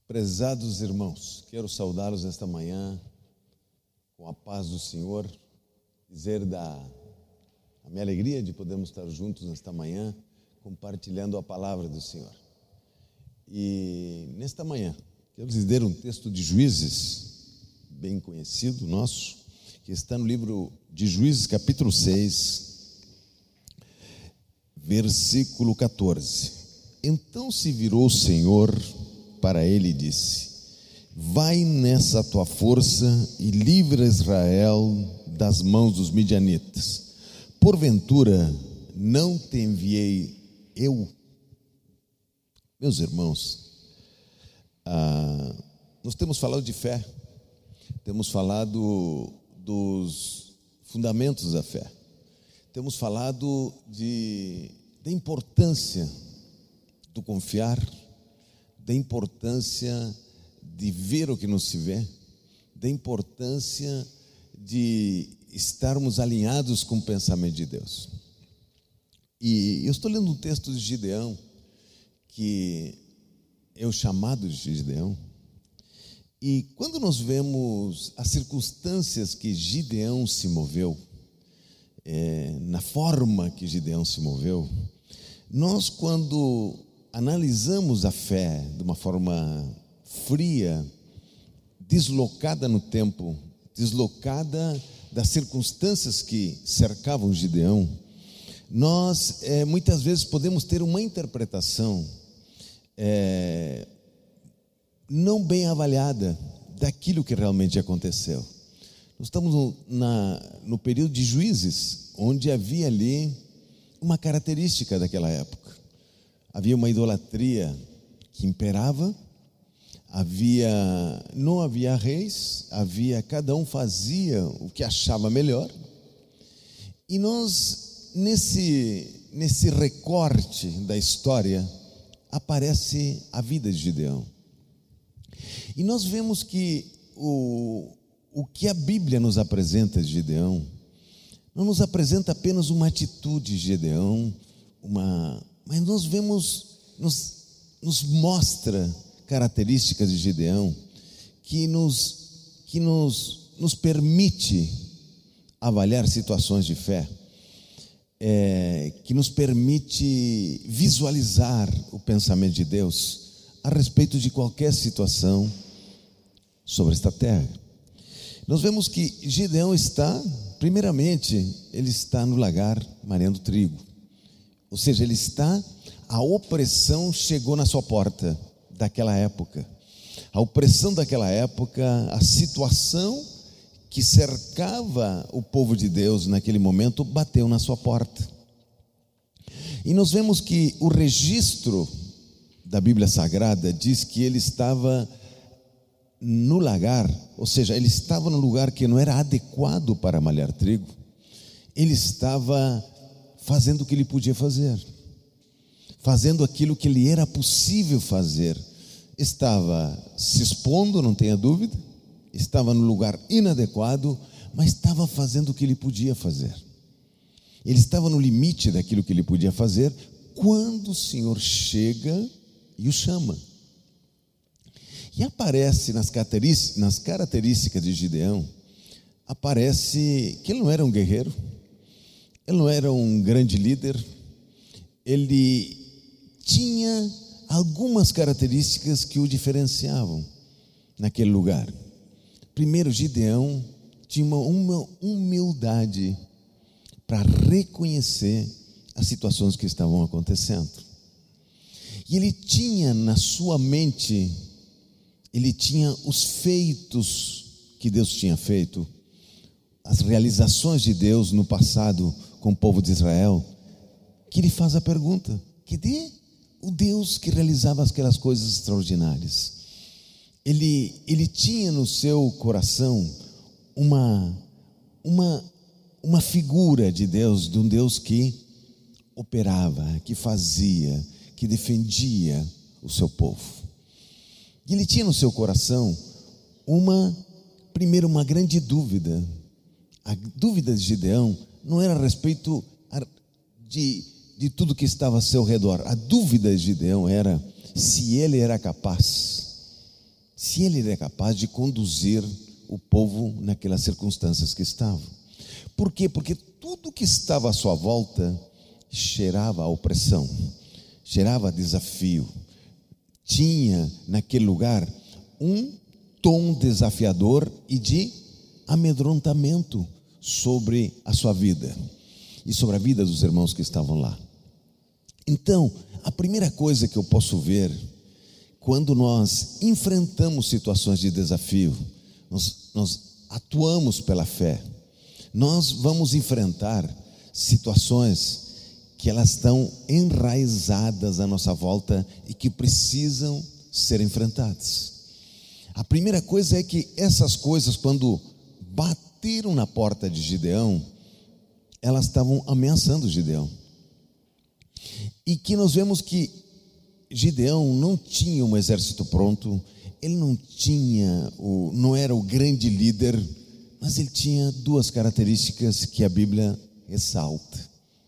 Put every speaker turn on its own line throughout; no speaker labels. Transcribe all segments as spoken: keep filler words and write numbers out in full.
Prezados irmãos, quero saudá-los esta manhã com a paz do Senhor, dizer da a minha alegria de podermos estar juntos nesta manhã, compartilhando a palavra do Senhor. E nesta manhã, quero lhes ler um texto de Juízes, bem conhecido nosso, que está no livro de Juízes, capítulo seis, versículo quatorze. Então se virou o Senhor para ele e disse: vai nessa tua força e livra Israel das mãos dos midianitas. Porventura não te enviei eu? Meus irmãos, ah, nós temos falado de fé, temos falado dos fundamentos da fé, temos falado de, da importância do confiar, da importância de ver o que não se vê, da importância de estarmos alinhados com o pensamento de Deus. E eu estou lendo um texto de Gideão, que é o chamado de Gideão, e quando nós vemos as circunstâncias que Gideão se moveu, é, na forma que Gideão se moveu, nós quando analisamos a fé de uma forma fria, deslocada no tempo, deslocada das circunstâncias que cercavam Gideão, nós é, muitas vezes podemos ter uma interpretação é, não bem avaliada daquilo que realmente aconteceu. Nós estamos no, na, no período de Juízes, onde havia ali uma característica daquela época. Havia uma idolatria que imperava, havia, não havia reis, havia, cada um fazia o que achava melhor. E nós, nesse, nesse recorte da história, aparece a vida de Gideão. E nós vemos que o, o que a Bíblia nos apresenta de Gideão, não nos apresenta apenas uma atitude de Gideão, uma... mas nós vemos, nos, nos mostra características de Gideão que, nos, que nos, nos permite avaliar situações de fé, é, que nos permite visualizar o pensamento de Deus a respeito de qualquer situação sobre esta terra. Nós vemos que Gideão está, primeiramente, ele está no lagar malhando trigo. Ou seja, ele está, a opressão chegou na sua porta daquela época. A opressão daquela época, a situação que cercava o povo de Deus naquele momento, bateu na sua porta. E nós vemos que o registro da Bíblia Sagrada diz que ele estava no lagar, ou seja, ele estava no lugar que não era adequado para malhar trigo. Ele estava fazendo o que ele podia fazer, fazendo aquilo que lhe era possível fazer. Estava se expondo, não tenha dúvida, estava no lugar inadequado, mas estava fazendo o que ele podia fazer. Ele estava no limite daquilo que ele podia fazer, quando o Senhor chega e o chama. E aparece nas características, nas características de Gideão, aparece que ele não era um guerreiro, ele não era um grande líder, ele tinha algumas características que o diferenciavam naquele lugar. Primeiro, Gideão tinha uma, uma humildade para reconhecer as situações que estavam acontecendo. E ele tinha na sua mente, ele tinha os feitos que Deus tinha feito, as realizações de Deus no passado com o povo de Israel, que ele faz a pergunta: cadê o Deus que realizava aquelas coisas extraordinárias? Ele, ele tinha no seu coração uma, uma, uma figura de Deus, de um Deus que operava, que fazia, que defendia o seu povo. E ele tinha no seu coração uma, primeiro, uma grande dúvida. A dúvida de Gideão não era a respeito de, de tudo que estava ao seu redor. A dúvida de Gideão era se ele era capaz se ele era capaz de conduzir o povo naquelas circunstâncias que estavam. Por quê? Porque tudo que estava à sua volta cheirava a opressão, cheirava a desafio. Tinha naquele lugar um tom desafiador e de amedrontamento sobre a sua vida e sobre a vida dos irmãos que estavam lá. Então, a primeira coisa que eu posso ver, quando nós enfrentamos situações de desafio, nós, nós atuamos pela fé, nós vamos enfrentar situações que elas estão enraizadas à nossa volta e que precisam ser enfrentadas. A primeira coisa é que essas coisas, quando bateram na porta de Gideão, elas estavam ameaçando Gideão. E que nós vemos que Gideão não tinha um exército pronto, ele não tinha, o, não era o grande líder, mas ele tinha duas características que a Bíblia ressalta.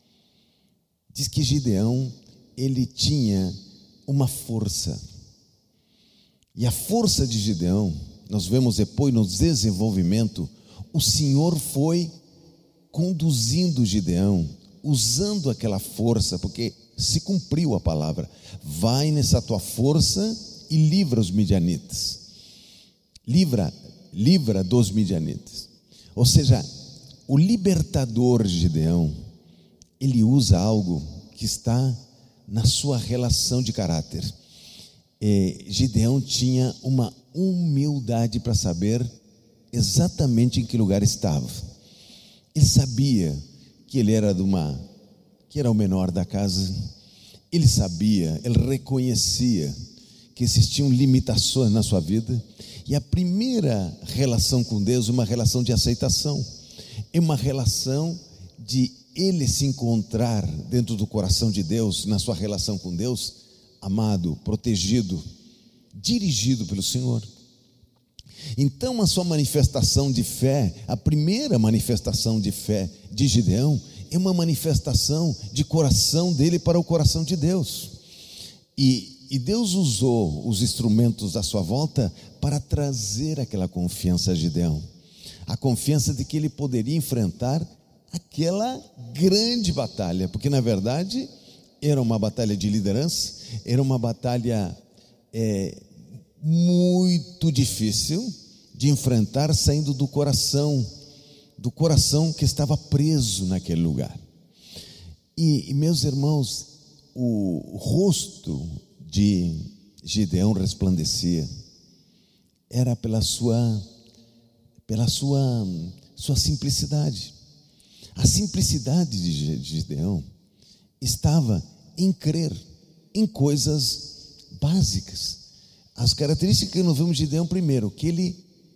Diz que Gideão, ele tinha uma força. E a força de Gideão, nós vemos depois no desenvolvimento, o Senhor foi conduzindo Gideão, usando aquela força, porque se cumpriu a palavra: vai nessa tua força e livra os midianitas, livra, livra dos midianitas. Ou seja, o libertador de Gideão, ele usa algo que está na sua relação de caráter. É, Gideão tinha uma humildade para saber exatamente em que lugar estava. Ele sabia que ele era de uma, que era o menor da casa. Ele sabia, ele reconhecia que existiam limitações na sua vida. E a primeira relação com Deus é uma relação de aceitação, é uma relação de ele se encontrar dentro do coração de Deus, na sua relação com Deus, amado, protegido, dirigido pelo Senhor. Então a sua manifestação de fé, a primeira manifestação de fé de Gideão, é uma manifestação de coração dele para o coração de Deus. E, e Deus usou os instrumentos à sua volta para trazer aquela confiança a Gideão, a confiança de que ele poderia enfrentar aquela grande batalha, porque na verdade era uma batalha de liderança, era uma batalha é, muito difícil de enfrentar, saindo do coração, do coração que estava preso naquele lugar. E, e meus irmãos, o, o rosto de Gideão resplandecia, era pela sua, pela sua, sua simplicidade. A simplicidade de Gideão estava em crer em coisas básicas. As características que nós vemos de Gideão, primeiro, que ele,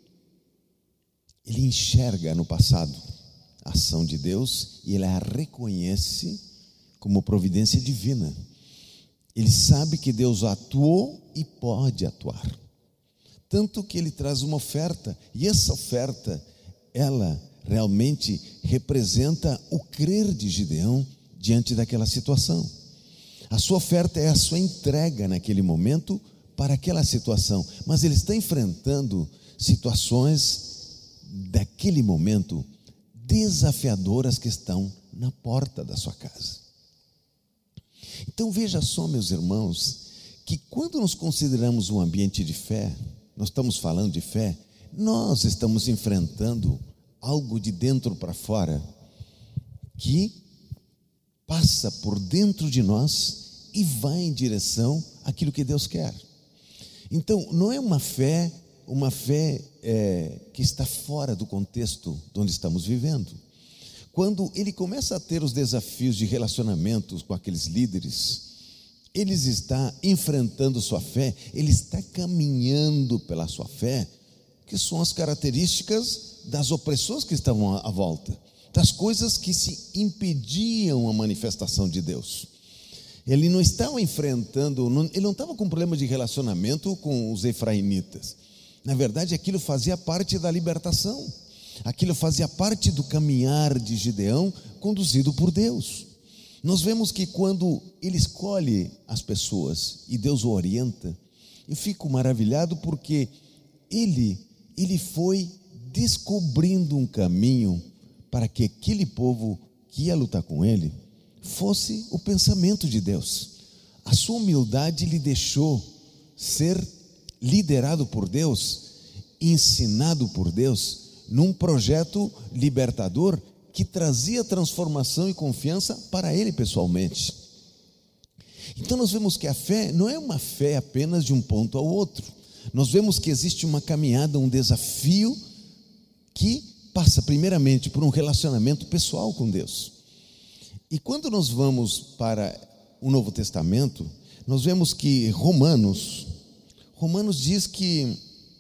ele enxerga no passado a ação de Deus e ele a reconhece como providência divina. Ele sabe que Deus atuou e pode atuar. Tanto que ele traz uma oferta, e essa oferta, ela realmente representa o crer de Gideão diante daquela situação. A sua oferta é a sua entrega naquele momento para aquela situação, mas ele está enfrentando situações daquele momento desafiadoras que estão na porta da sua casa. Então veja só, meus irmãos, que quando nos consideramos um ambiente de fé, nós estamos falando de fé, nós estamos enfrentando algo de dentro para fora, que passa por dentro de nós e vai em direção àquilo que Deus quer. Então, não é uma fé, uma fé é, que está fora do contexto de onde estamos vivendo. Quando ele começa a ter os desafios de relacionamentos com aqueles líderes, ele está enfrentando sua fé, ele está caminhando pela sua fé, que são as características das opressões que estavam à volta, das coisas que se impediam a manifestação de Deus. Ele não estava enfrentando, não, ele não estava com problema de relacionamento com os efraimitas. Na verdade, aquilo fazia parte da libertação, aquilo fazia parte do caminhar de Gideão, conduzido por Deus. Nós vemos que quando ele escolhe as pessoas e Deus o orienta, Eu fico maravilhado porque ele, ele foi descobrindo um caminho para que aquele povo que ia lutar com ele fosse o pensamento de Deus. A sua humildade lhe deixou ser liderado por Deus, ensinado por Deus, num projeto libertador que trazia transformação e confiança para ele pessoalmente. Então nós vemos que a fé não é uma fé apenas de um ponto ao outro. Nós vemos que existe uma caminhada, um desafio que passa primeiramente por um relacionamento pessoal com Deus. E quando nós vamos para o Novo Testamento, nós vemos que Romanos, Romanos diz que,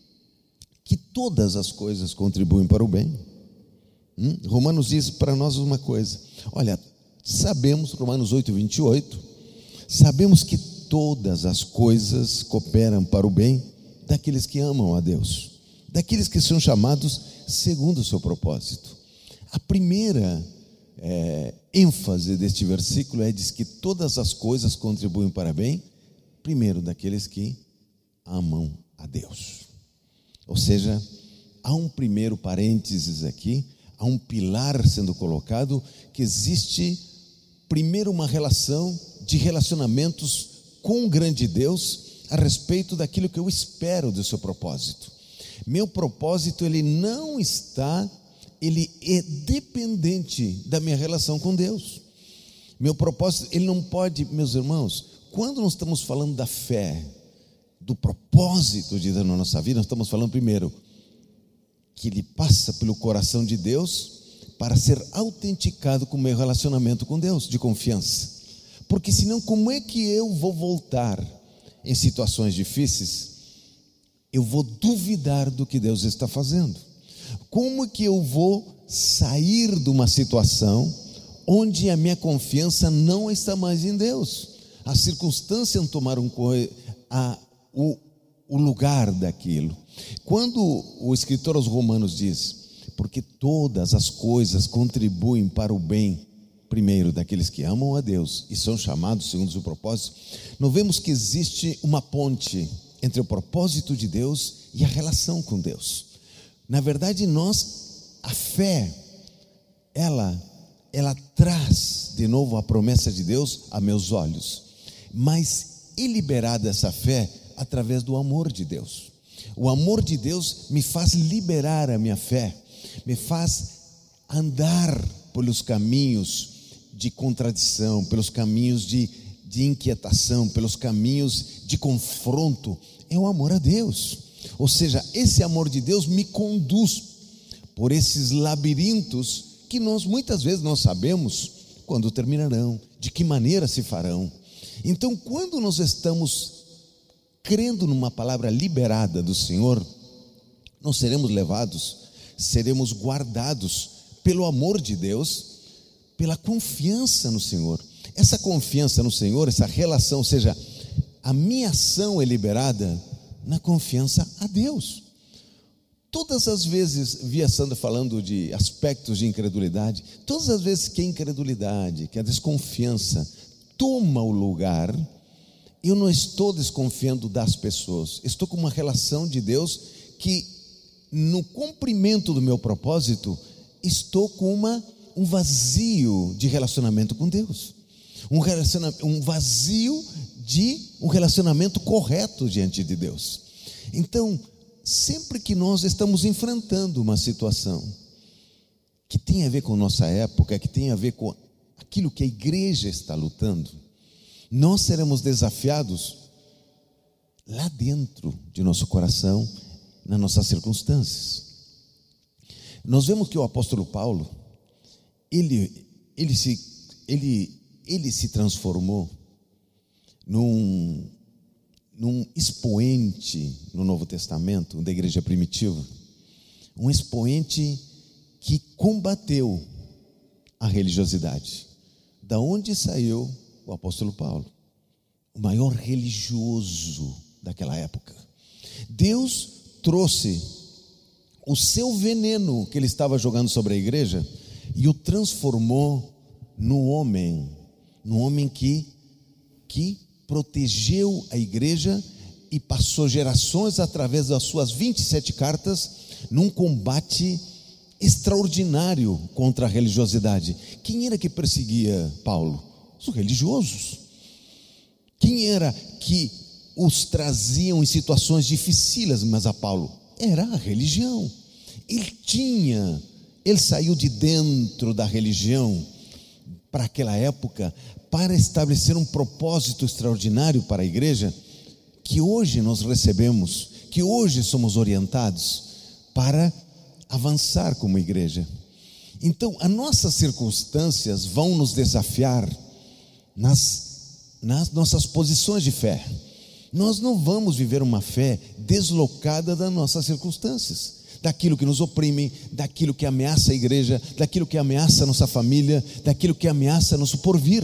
que todas as coisas contribuem para o bem. Hum? Romanos diz para nós uma coisa, olha, sabemos, Romanos oito, vinte e oito, sabemos que todas as coisas cooperam para o bem daqueles que amam a Deus, daqueles que são chamados segundo o seu propósito. A primeira é, ênfase deste versículo é diz que todas as coisas contribuem para bem, primeiro daqueles que amam a Deus. Ou seja, há um primeiro parênteses aqui, há um pilar sendo colocado, que existe primeiro uma relação de relacionamentos com o grande Deus a respeito daquilo que eu espero do seu propósito. Meu propósito, ele não está, ele é dependente da minha relação com Deus. Meu propósito, ele não pode, meus irmãos, quando nós estamos falando da fé, do propósito de Deus na nossa vida, nós estamos falando primeiro que ele passa pelo coração de Deus para ser autenticado com o meu relacionamento com Deus, de confiança. Porque senão, como é que eu vou voltar em situações difíceis? Eu vou duvidar do que Deus está fazendo. Como é que eu vou sair de uma situação onde a minha confiança não está mais em Deus? As circunstâncias tomaram a, o, o lugar daquilo. Quando o escritor aos Romanos diz, porque todas as coisas contribuem para o bem, primeiro daqueles que amam a Deus e são chamados segundo o seu propósito, nós vemos que existe uma ponte entre o propósito de Deus e a relação com Deus. Na verdade, nós, a fé, ela, ela traz de novo a promessa de Deus a meus olhos, mas é liberada essa fé através do amor de Deus. O amor de Deus me faz liberar a minha fé, me faz andar pelos caminhos de contradição, pelos caminhos de, de inquietação, pelos caminhos de confronto. É o amor a Deus. Ou seja, esse amor de Deus me conduz por esses labirintos que nós muitas vezes não sabemos quando terminarão, de que maneira se farão. Então, quando nós estamos crendo numa palavra liberada do Senhor, nós seremos levados, seremos guardados pelo amor de Deus, pela confiança no Senhor. Essa confiança no Senhor, essa relação, ou seja, a minha ação é liberada na confiança a Deus. Todas as vezes, vi a Sandra falando de aspectos de incredulidade, todas as vezes que a incredulidade, que a desconfiança toma o lugar, eu não estou desconfiando das pessoas, estou com uma relação de Deus que no cumprimento do meu propósito, estou com uma, um vazio de relacionamento com Deus, um, relacionamento, um vazio de um relacionamento correto diante de Deus. Então, sempre que nós estamos enfrentando uma situação que tem a ver com nossa época, que tem a ver com aquilo que a igreja está lutando, nós seremos desafiados lá dentro de nosso coração, nas nossas circunstâncias. Nós vemos que o apóstolo Paulo, ele, ele, se, ele, ele se transformou num, num expoente no Novo Testamento, da igreja primitiva, um expoente que combateu a religiosidade. Da onde saiu o apóstolo Paulo? O maior religioso daquela época. Deus trouxe o seu veneno que ele estava jogando sobre a igreja e o transformou no homem, no homem que, que protegeu a igreja e passou gerações através das suas vinte e sete cartas num combate extraordinário contra a religiosidade. Quem era que perseguia Paulo? Os religiosos. Quem era que os traziam em situações dificílimas a Paulo? Era a religião. Ele tinha, ele saiu de dentro da religião para aquela época, para estabelecer um propósito extraordinário para a igreja, que hoje nós recebemos, que hoje somos orientados para avançar como igreja. Então, as nossas circunstâncias vão nos desafiar nas, nas nossas posições de fé. Nós não vamos viver uma fé deslocada das nossas circunstâncias, daquilo que nos oprime, daquilo que ameaça a igreja, daquilo que ameaça a nossa família, daquilo que ameaça nosso porvir.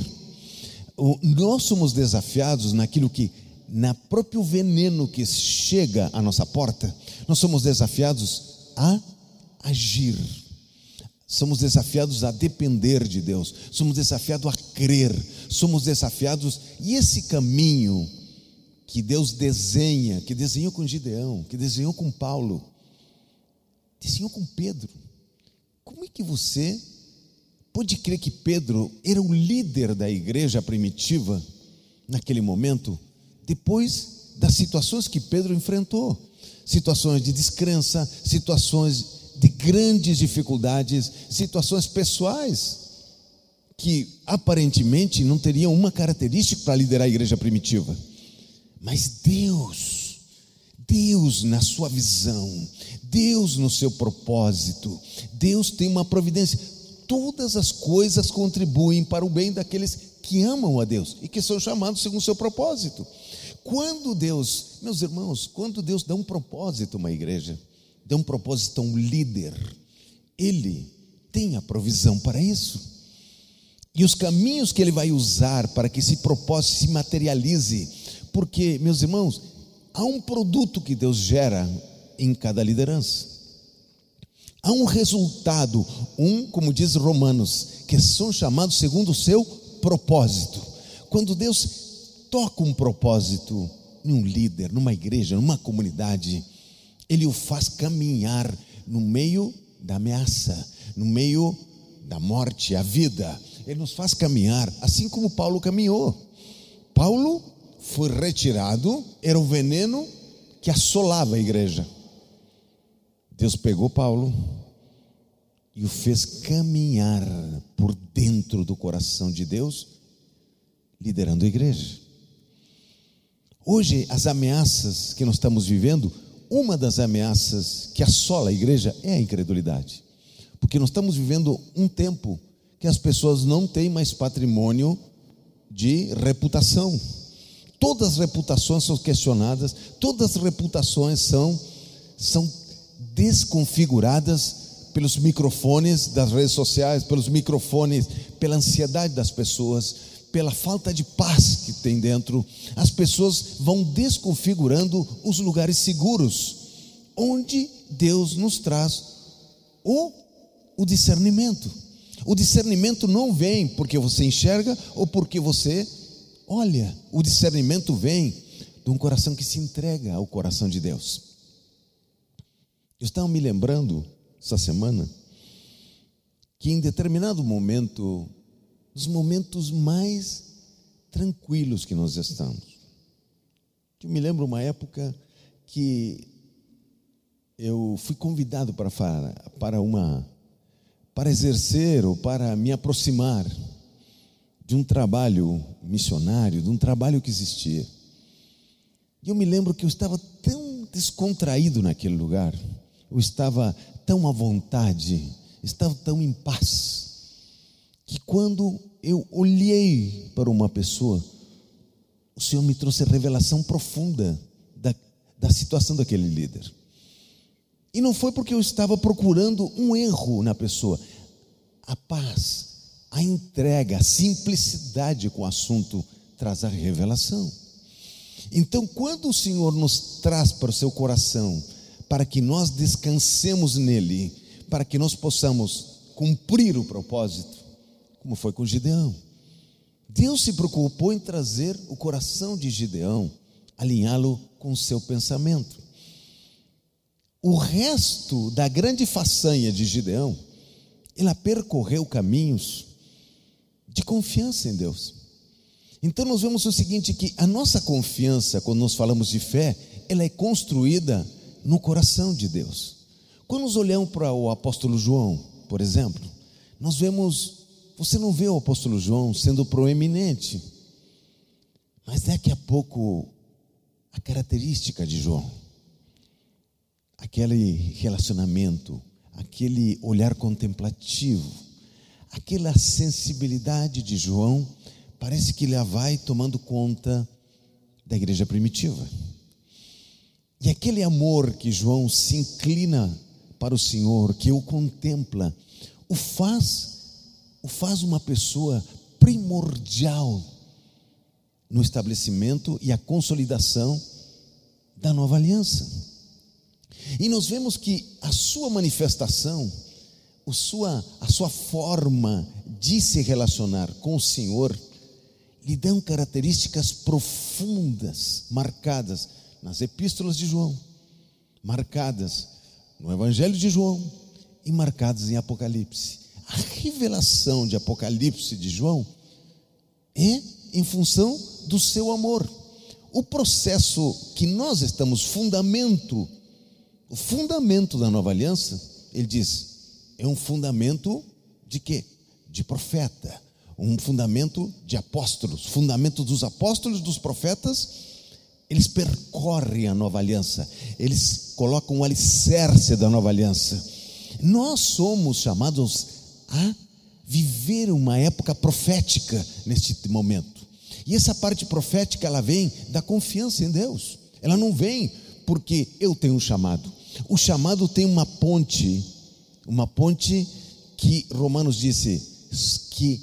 Nós somos desafiados naquilo que, na próprio veneno que chega à nossa porta, nós somos desafiados a agir, somos desafiados a depender de Deus, somos desafiados a crer, somos desafiados, e esse caminho que Deus desenha, que desenhou com Gideão, que desenhou com Paulo, desenhou com Pedro. Como é que você pode crer que Pedro era o líder da igreja primitiva naquele momento, depois das situações que Pedro enfrentou? Situações de descrença, situações de grandes dificuldades, situações pessoais que aparentemente não teriam uma característica para liderar a igreja primitiva. Mas Deus, Deus na sua visão, Deus no seu propósito, Deus tem uma providência. Todas as coisas contribuem para o bem daqueles que amam a Deus e que são chamados segundo o seu propósito. Quando Deus, meus irmãos, quando Deus dá um propósito a uma igreja, dá um propósito a um líder, Ele tem a provisão para isso. E os caminhos que Ele vai usar para que esse propósito se materialize, porque, meus irmãos, há um produto que Deus gera em cada liderança. Há um resultado, um, como diz Romanos, que são chamados segundo o seu propósito. Quando Deus toca um propósito em um líder, numa igreja, numa comunidade, Ele o faz caminhar no meio da ameaça, no meio da morte, a vida. Ele nos faz caminhar, assim como Paulo caminhou. Paulo foi retirado, era o veneno que assolava a igreja. Deus pegou Paulo e o fez caminhar por dentro do coração de Deus, liderando a igreja. Hoje, as ameaças que nós estamos vivendo, uma das ameaças que assola a igreja é a incredulidade, porque nós estamos vivendo um tempo que as pessoas não têm mais patrimônio de reputação. Todas as reputações são questionadas, todas as reputações são, são desconfiguradas pelos microfones das redes sociais, pelos microfones, pela ansiedade das pessoas, pela falta de paz que tem dentro. As pessoas vão desconfigurando os lugares seguros, onde Deus nos traz o, o discernimento. O discernimento não vem porque você enxerga ou porque você olha. O discernimento vem de um coração que se entrega ao coração de Deus. Eu estava me lembrando essa semana que em determinado momento, os momentos mais tranquilos que nós estamos, eu me lembro uma época que eu fui convidado para, para, uma, para exercer ou para me aproximar de um trabalho missionário, de um trabalho que existia. E eu me lembro que eu estava tão descontraído naquele lugar, eu estava tão à vontade, estava tão em paz, que quando eu olhei para uma pessoa, o Senhor me trouxe a revelação profunda da, da situação daquele líder. E não foi porque eu estava procurando um erro na pessoa. A paz, a entrega, a simplicidade com o assunto traz a revelação. Então, quando o Senhor nos traz para o seu coração, para que nós descansemos nele, para que nós possamos cumprir o propósito, como foi com Gideão, Deus se preocupou em trazer o coração de Gideão, alinhá-lo com o seu pensamento. O resto da grande façanha de Gideão, ela percorreu caminhos de confiança em Deus. Então nós vemos o seguinte, que a nossa confiança, quando nós falamos de fé, ela é construída no coração de Deus. Quando nós olhamos para o apóstolo João, por exemplo, nós vemos, você não vê o apóstolo João sendo proeminente, mas daqui a pouco a característica de João, aquele relacionamento, aquele olhar contemplativo, aquela sensibilidade de João, parece que ele vai tomando conta da igreja primitiva. E aquele amor que João se inclina para o Senhor, que o contempla, o faz, o faz uma pessoa primordial no estabelecimento e a consolidação da nova aliança. E nós vemos que a sua manifestação, a sua, a sua forma de se relacionar com o Senhor, lhe dão características profundas, marcadas nas epístolas de João, marcadas no Evangelho de João e marcadas em Apocalipse. A revelação de Apocalipse de João é em função do seu amor. O processo que nós estamos, fundamento, o fundamento da nova aliança, ele diz, é um fundamento de quê? De profeta, um fundamento de apóstolos, fundamento dos apóstolos, dos profetas. Eles percorrem a nova aliança, eles colocam o alicerce da nova aliança. Nós somos chamados a viver uma época profética neste momento. E essa parte profética, ela vem da confiança em Deus. Ela não vem porque eu tenho um chamado. O chamado tem uma ponte, uma ponte que Romanos disse que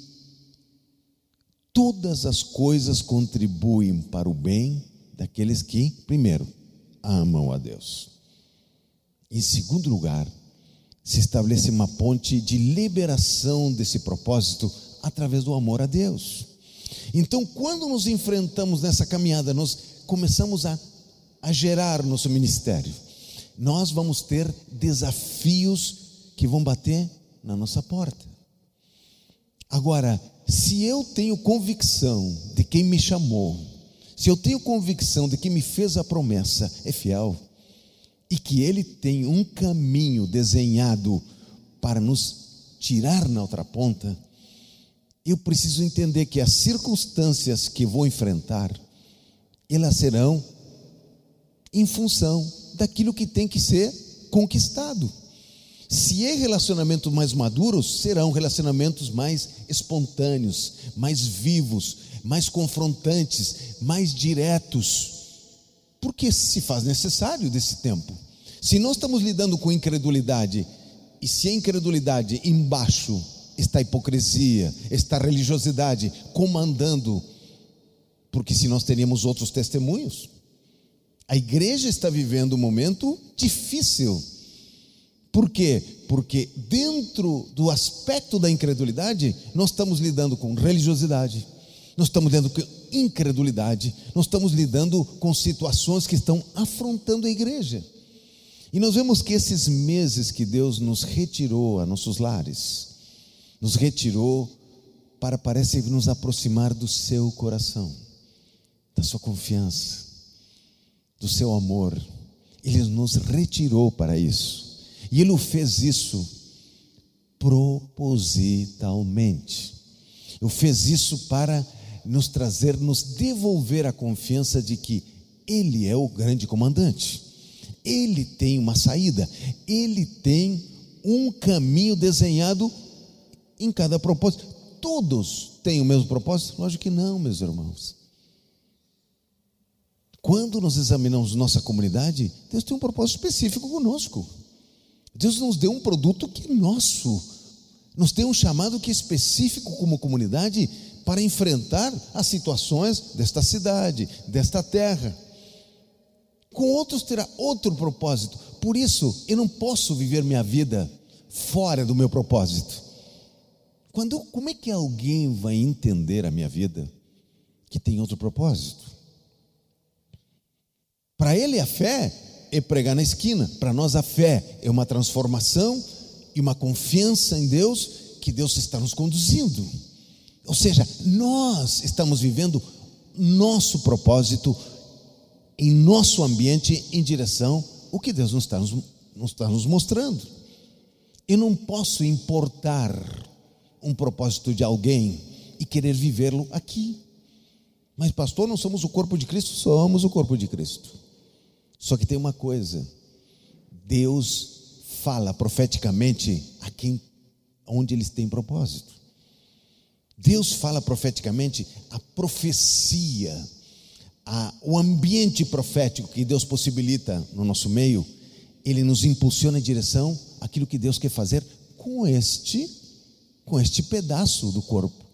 todas as coisas contribuem para o bem daqueles que, primeiro, amam a Deus. Em segundo lugar, se estabelece uma ponte de liberação desse propósito através do amor a Deus. Então, quando nos enfrentamos nessa caminhada, nós começamos a, a gerar nosso ministério. Nós vamos ter desafios que vão bater na nossa porta. Agora, se eu tenho convicção de quem me chamou, se eu tenho convicção de que me fez a promessa é fiel, e que Ele tem um caminho desenhado para nos tirar na outra ponta, eu preciso entender que as circunstâncias que vou enfrentar, elas serão em função daquilo que tem que ser conquistado. Se é relacionamentos mais maduros, serão relacionamentos mais espontâneos, mais vivos, mais confrontantes, mais diretos, porque se faz necessário desse tempo. Se nós estamos lidando com incredulidade, e se a incredulidade embaixo está a hipocrisia, está a religiosidade comandando, porque se nós teríamos outros testemunhos, a igreja está vivendo um momento difícil. Por quê? Porque dentro do aspecto da incredulidade, nós estamos lidando com religiosidade, nós estamos lidando com incredulidade, nós estamos lidando com situações que estão afrontando a igreja. E nós vemos que esses meses que Deus nos retirou a nossos lares, nos retirou para, parece, nos aproximar do seu coração, da sua confiança, do seu amor. Ele nos retirou para isso. E Ele fez isso propositalmente. Ele fez isso para nos trazer, nos devolver a confiança de que Ele é o grande comandante. Ele tem uma saída. Ele tem um caminho desenhado em cada propósito. Todos têm o mesmo propósito? Lógico que não, meus irmãos. Quando nós examinamos nossa comunidade, Deus tem um propósito específico conosco. Deus nos deu um produto que é nosso, nos deu um chamado que é específico como comunidade para enfrentar as situações desta cidade, desta terra. Com outros terá outro propósito. Por isso eu não posso viver minha vida fora do meu propósito. Quando, como é que alguém vai entender a minha vida que tem outro propósito? Para ele a fé é pregar na esquina, para nós a fé é uma transformação e uma confiança em Deus, que Deus está nos conduzindo. Ou seja, nós estamos vivendo nosso propósito em nosso ambiente em direção ao que Deus nos está nos, nos está nos mostrando. Eu não posso importar um propósito de alguém e querer vivê-lo aqui. Mas pastor, não somos o corpo de Cristo? Somos o corpo de Cristo. Só que tem uma coisa: Deus fala profeticamente a quem, onde eles têm propósito. Deus fala profeticamente, a profecia, a, o ambiente profético que Deus possibilita no nosso meio, Ele nos impulsiona em direção àquilo que Deus quer fazer com este, com este pedaço do corpo.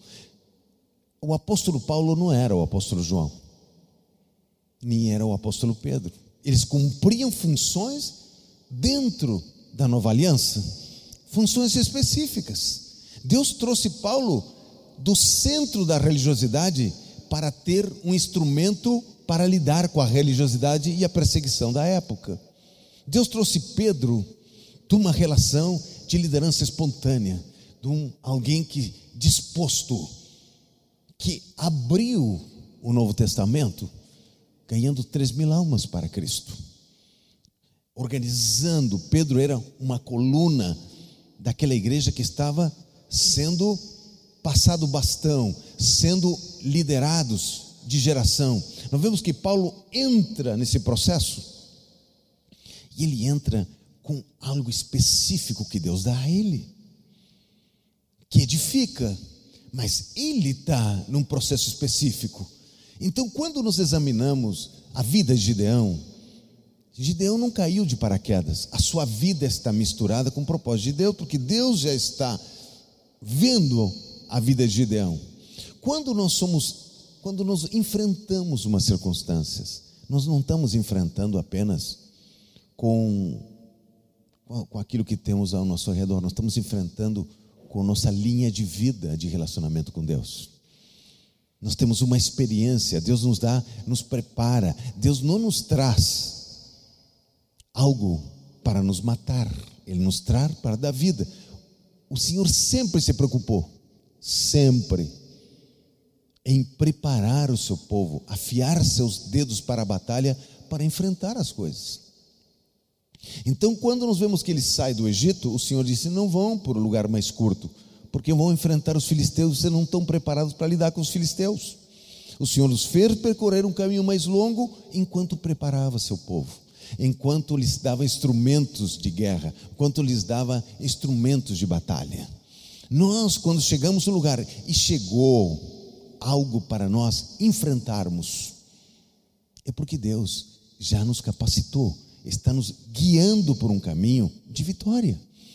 O apóstolo Paulo não era o apóstolo João, nem era o apóstolo Pedro. Eles cumpriam funções dentro da nova aliança, funções específicas. Deus trouxe Paulo do centro da religiosidade para ter um instrumento para lidar com a religiosidade e a perseguição da época. Deus trouxe Pedro de uma relação de liderança espontânea, de um, alguém que disposto, que abriu o Novo Testamento, ganhando três mil almas para Cristo, organizando. Pedro era uma coluna daquela igreja que estava sendo passado o bastão, sendo liderados de geração. Nós vemos que Paulo entra nesse processo, e ele entra com algo específico que Deus dá a ele, que edifica, mas ele está num processo específico. Então, quando nós examinamos a vida de Gideão, Gideão não caiu de paraquedas. A sua vida está misturada com o propósito de Deus, porque Deus já está vendo a vida de Gideão. Quando nós somos, quando nós enfrentamos umas circunstâncias, nós não estamos enfrentando apenas com, com aquilo que temos ao nosso redor, nós estamos enfrentando com nossa linha de vida de relacionamento com Deus. Nós temos uma experiência, Deus nos dá, nos prepara. Deus não nos traz algo para nos matar, Ele nos traz para dar vida. O Senhor sempre se preocupou, sempre, em preparar o seu povo, afiar seus dedos para a batalha, para enfrentar as coisas. Então, quando nós vemos que ele sai do Egito, o Senhor disse: não vão por um lugar mais curto, porque vão enfrentar os filisteus. Vocês não estão preparados para lidar com os filisteus. O Senhor os fez percorrer um caminho mais longo, enquanto preparava seu povo, enquanto lhes dava instrumentos de guerra, enquanto lhes dava instrumentos de batalha. Nós, quando chegamos no lugar e chegou algo para nós enfrentarmos, é porque Deus já nos capacitou, está nos guiando por um caminho de vitória.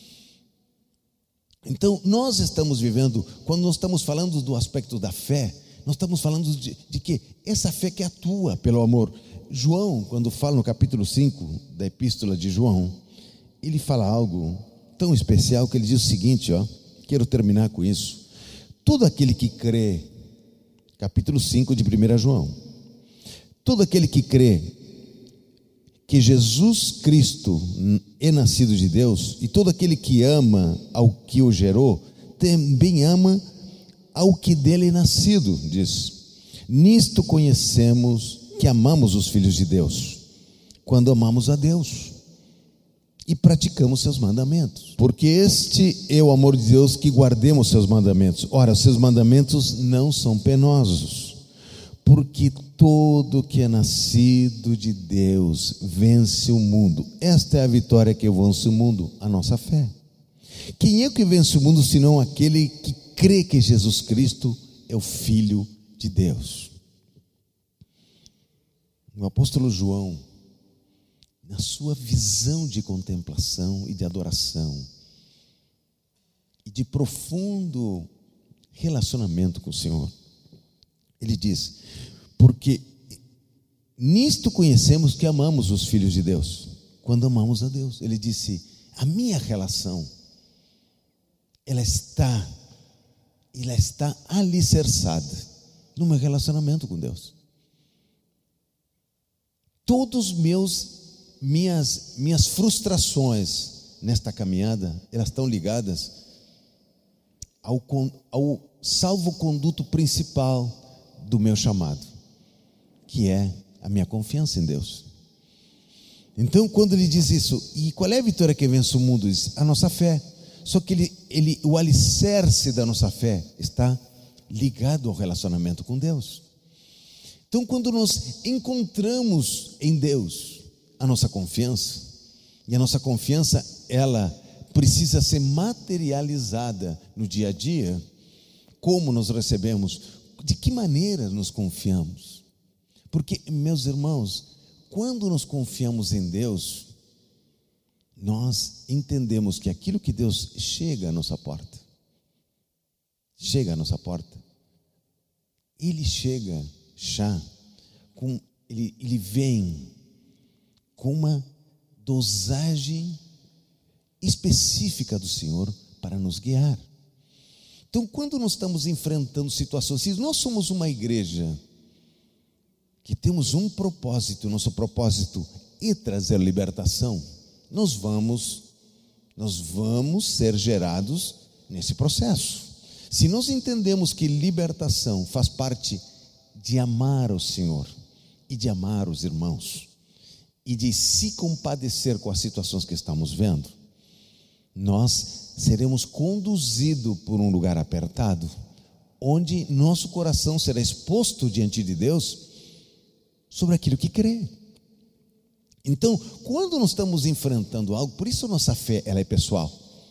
Então, nós estamos vivendo, quando nós estamos falando do aspecto da fé, nós estamos falando de, de que essa fé que atua pelo amor. João, quando fala no capítulo cinco da epístola de João, ele fala algo tão especial que ele diz o seguinte, ó, quero terminar com isso: todo aquele que crê, capítulo cinco de primeira João, todo aquele que crê que Jesus Cristo é nascido de Deus, e todo aquele que ama ao que o gerou, também ama ao que dele é nascido, diz. Nisto conhecemos que amamos os filhos de Deus, quando amamos a Deus e praticamos seus mandamentos, porque este é o amor de Deus, que guardemos seus mandamentos. Ora, os seus mandamentos não são penosos, porque todo que é nascido de Deus vence o mundo. Esta é a vitória que vence o mundo, a nossa fé. Quem é que vence o mundo, senão aquele que crê que Jesus Cristo é o Filho de Deus? O apóstolo João, na sua visão de contemplação e de adoração, e de profundo relacionamento com o Senhor, ele diz: porque nisto conhecemos que amamos os filhos de Deus, quando amamos a Deus. Ele disse: a minha relação, ela está, ela está alicerçada no meu relacionamento com Deus. Todos meus minhas minhas frustrações nesta caminhada, elas estão ligadas ao, ao salvo-conduto principal do meu chamado, que é a minha confiança em Deus. Então, quando ele diz isso, e qual é a vitória que vence o mundo? Diz, a nossa fé. Só que ele, ele, o alicerce da nossa fé está ligado ao relacionamento com Deus. Então, quando nós encontramos em Deus a nossa confiança, e a nossa confiança, ela precisa ser materializada no dia a dia, como nós recebemos, de que maneira nos confiamos? Porque, meus irmãos, quando nos confiamos em Deus, nós entendemos que aquilo que Deus chega à nossa porta, chega à nossa porta, Ele chega já, com, ele, ele vem com uma dosagem específica do Senhor para nos guiar. Então, quando nós estamos enfrentando situações, se nós somos uma igreja que temos um propósito, nosso propósito é trazer libertação, nós vamos, nós vamos ser gerados nesse processo. Se nós entendemos que libertação faz parte de amar o Senhor e de amar os irmãos e de se compadecer com as situações que estamos vendo, nós seremos conduzidos por um lugar apertado, onde nosso coração será exposto diante de Deus sobre aquilo que crê. Então, quando nós estamos enfrentando algo, por isso a nossa fé, ela é pessoal.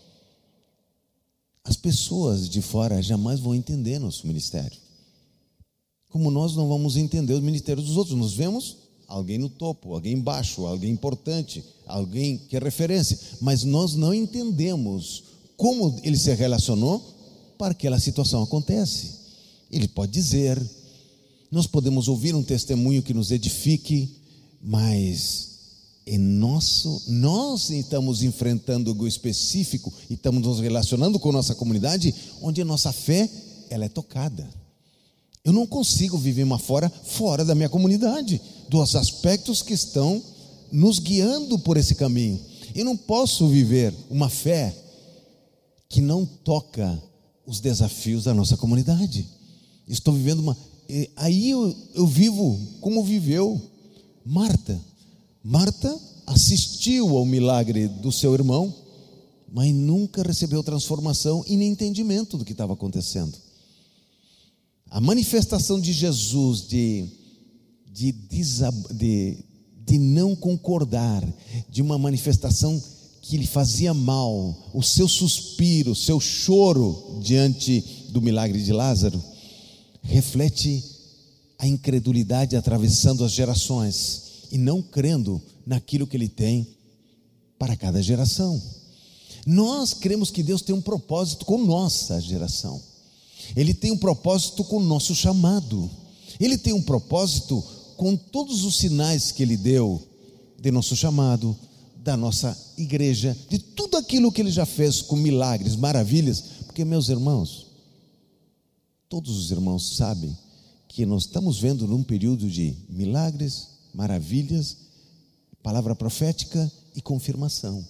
As pessoas de fora jamais vão entender nosso ministério, como nós não vamos entender os ministérios dos outros. Nós vemos alguém no topo, alguém embaixo, alguém importante, alguém que é referência, mas nós não entendemos como ele se relacionou para que aquela situação acontece. Ele pode dizer, nós podemos ouvir um testemunho que nos edifique, mas em nosso, nós estamos enfrentando algo específico e estamos nos relacionando com a nossa comunidade, onde a nossa fé, ela é tocada. Eu não consigo viver uma fora, fora da minha comunidade, dos aspectos que estão nos guiando por esse caminho. Eu não posso viver uma fé que não toca os desafios da nossa comunidade. Estou vivendo uma... Aí eu, eu vivo como viveu Marta. Marta assistiu ao milagre do seu irmão, mas nunca recebeu transformação e nem entendimento do que estava acontecendo. A manifestação de Jesus de, de, de, de não concordar, de uma manifestação que lhe fazia mal, o seu suspiro, o seu choro diante do milagre de Lázaro, reflete a incredulidade atravessando as gerações e não crendo naquilo que Ele tem para cada geração. Nós cremos que Deus tem um propósito com nossa geração. Ele tem um propósito com o nosso chamado. Ele tem um propósito com todos os sinais que Ele deu de nosso chamado, da nossa igreja, de tudo aquilo que Ele já fez com milagres, maravilhas. Porque, meus irmãos, todos os irmãos sabem que nós estamos vendo num período de milagres, maravilhas, palavra profética e confirmação.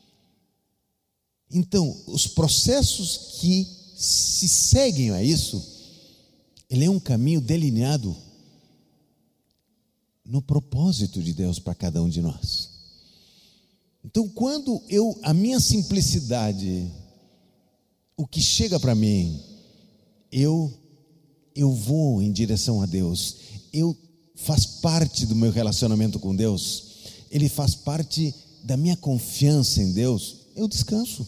Então, os processos que se seguem a isso, ele é um caminho delineado no propósito de Deus para cada um de nós. Então, quando eu, a minha simplicidade, o que chega para mim, eu, eu vou em direção a Deus, eu faz parte do meu relacionamento com Deus, ele faz parte da minha confiança em Deus, eu descanso.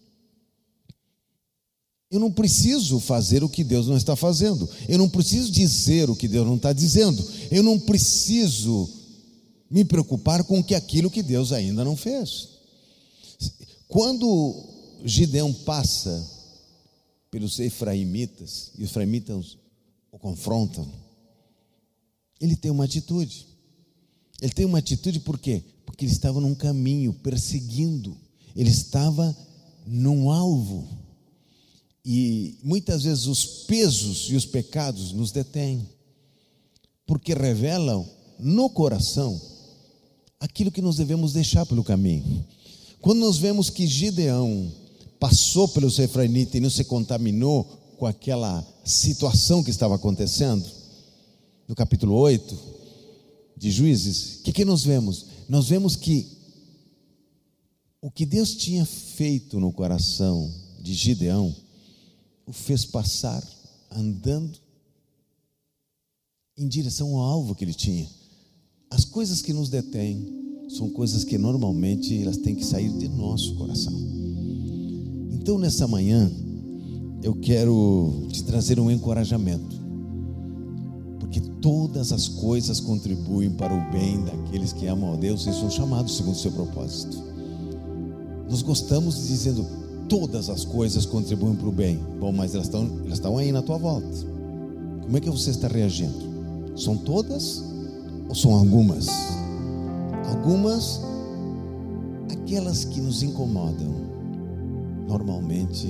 Eu não preciso fazer o que Deus não está fazendo, eu não preciso dizer o que Deus não está dizendo, eu não preciso me preocupar com que aquilo que Deus ainda não fez. Quando Gideão passa pelos efraimitas, e os efraimitas o confrontam, ele tem uma atitude. Ele tem uma atitude por quê? Porque ele estava num caminho, perseguindo. Ele estava num alvo. E muitas vezes os pesos e os pecados nos detêm, porque revelam no coração aquilo que nós devemos deixar pelo caminho. Quando nós vemos que Gideão passou pelos efraimitas e não se contaminou com aquela situação que estava acontecendo, no capítulo oito de Juízes, o que, que nós vemos? Nós vemos que o que Deus tinha feito no coração de Gideão o fez passar andando em direção ao alvo que ele tinha. As coisas que nos detêm são coisas que normalmente elas têm que sair de nosso coração. Então nessa manhã eu quero te trazer um encorajamento, porque todas as coisas contribuem para o bem daqueles que amam a Deus e são chamados segundo o seu propósito. Nós gostamos dizendo todas as coisas contribuem para o bem. Bom, mas elas estão, elas estão aí na tua volta. Como é que você está reagindo? São todas ou são algumas? Algumas, aquelas que nos incomodam, normalmente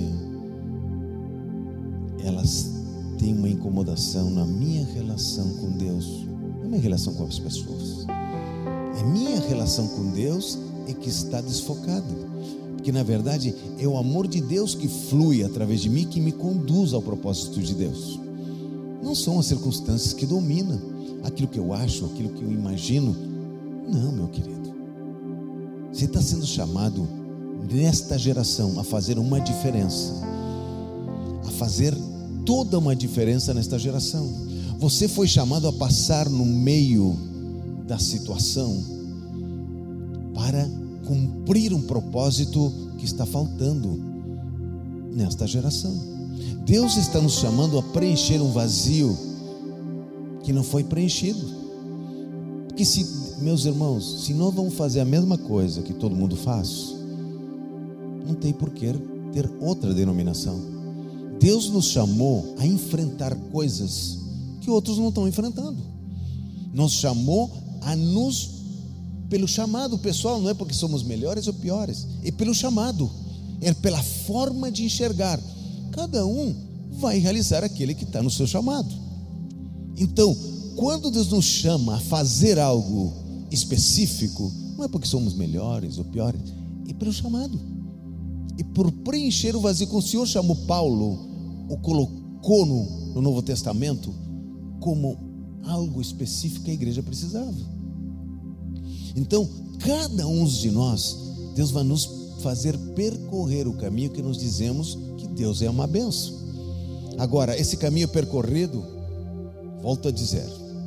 elas têm uma incomodação na minha relação com Deus, na minha relação com as pessoas. É minha relação com Deus é que está desfocada. Porque na verdade é o amor de Deus que flui através de mim, que me conduz ao propósito de Deus. Não são as circunstâncias que dominam aquilo que eu acho, aquilo que eu imagino. Não, meu querido, você está sendo chamado nesta geração a fazer uma diferença, a fazer toda uma diferença nesta geração. Você foi chamado a passar no meio da situação para cumprir um propósito que está faltando nesta geração. Deus está nos chamando a preencher um vazio que não foi preenchido. Porque se, meus irmãos, se nós vamos fazer a mesma coisa que todo mundo faz, não tem por que ter outra denominação. Deus nos chamou a enfrentar coisas que outros não estão enfrentando. Nos chamou a nos pelo chamado pessoal, não é porque somos melhores ou piores, é pelo chamado, é pela forma de enxergar. Cada um vai realizar aquele que está no seu chamado. Então, quando Deus nos chama a fazer algo específico, não é porque somos melhores ou piores, é pelo chamado, e por preencher o vazio. Como o Senhor chamou Paulo, o colocou no, no Novo Testamento como algo específico que a igreja precisava. Então, cada um de nós, Deus vai nos fazer percorrer o caminho que nós dizemos que Deus é uma bênção. Agora, esse caminho percorrido, volto a dizer,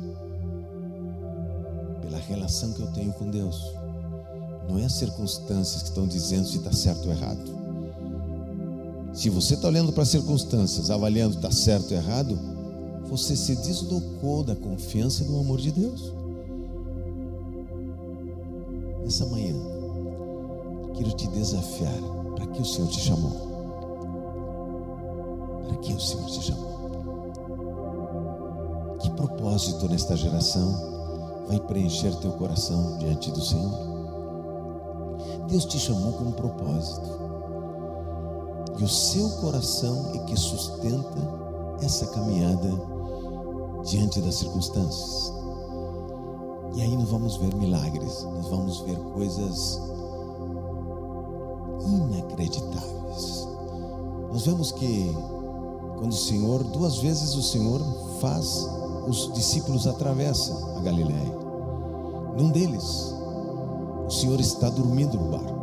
pela relação que eu tenho com Deus, não é as circunstâncias que estão dizendo se está certo ou errado. Se você está olhando para as circunstâncias, avaliando se está certo ou errado, você se deslocou da confiança e do amor de Deus. Nessa manhã, quero te desafiar. Para que o Senhor te chamou? Para que o Senhor te chamou? Que propósito nesta geração vai preencher teu coração diante do Senhor? Deus te chamou com um propósito, e o seu coração é que sustenta essa caminhada diante das circunstâncias. E aí nós vamos ver milagres, nós vamos ver coisas inacreditáveis. Nós vemos que quando o Senhor, duas vezes o Senhor faz os discípulos atravessam a Galileia. Num deles, o Senhor está dormindo no barco,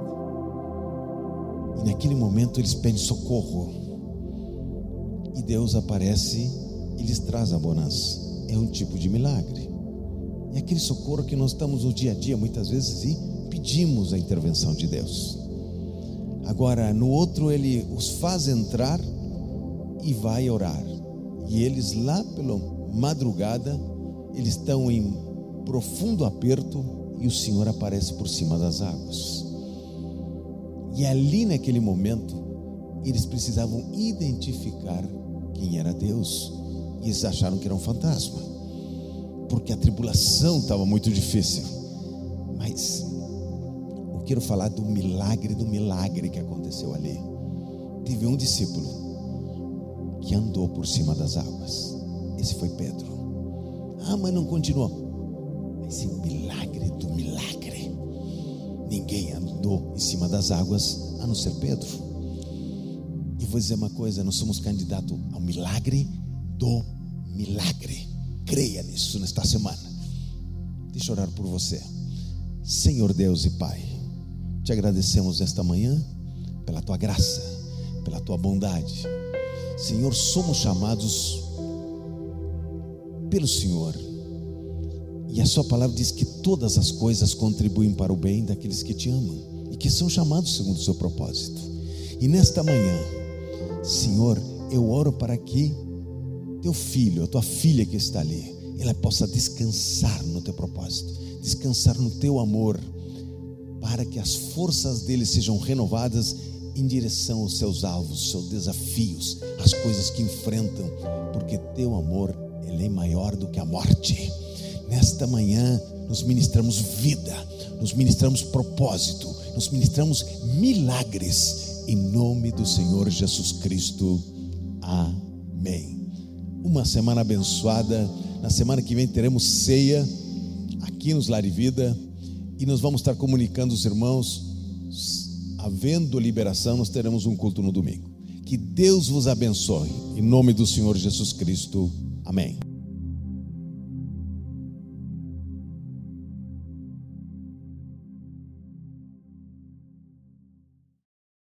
e naquele momento eles pedem socorro, e Deus aparece e lhes traz a bonança. É um tipo de milagre. É aquele socorro que nós estamos no dia a dia muitas vezes e pedimos a intervenção de Deus. Agora, no outro, ele os faz entrar e vai orar. E eles lá pela madrugada, eles estão em profundo aperto, e o Senhor aparece por cima das águas. E ali naquele momento, eles precisavam identificar quem era Deus, e eles acharam que era um fantasma, porque a tribulação estava muito difícil. Mas eu quero falar do milagre do milagre que aconteceu ali. Teve um discípulo que andou por cima das águas. Esse foi Pedro. Ah, mas não continuou. Mas é o milagre do milagre. ninguém andou em cima das águas a não ser Pedro. E vou dizer uma coisa: nós somos candidatos ao milagre do milagre. Creia nisso nesta semana. Deixa eu orar por você. Senhor Deus e Pai, te agradecemos nesta manhã pela tua graça, pela tua bondade. Senhor, somos chamados pelo Senhor, e a sua palavra diz que todas as coisas contribuem para o bem daqueles que te amam e que são chamados segundo o seu propósito. E nesta manhã, Senhor, eu oro para que teu filho, a tua filha que está ali, ela possa descansar no teu propósito, descansar no teu amor, para que as forças dele sejam renovadas em direção aos seus alvos, seus desafios, as coisas que enfrentam, porque teu amor, ele é maior do que a morte. Nesta manhã nos ministramos vida, nos ministramos propósito, nos ministramos milagres, em nome do Senhor Jesus Cristo. Amém. Uma semana abençoada. Na semana que vem teremos ceia aqui nos Lar e Vida, e nós vamos estar comunicando os irmãos. Havendo liberação, nós teremos um culto no domingo. Que Deus vos abençoe, em nome do Senhor Jesus Cristo. Amém.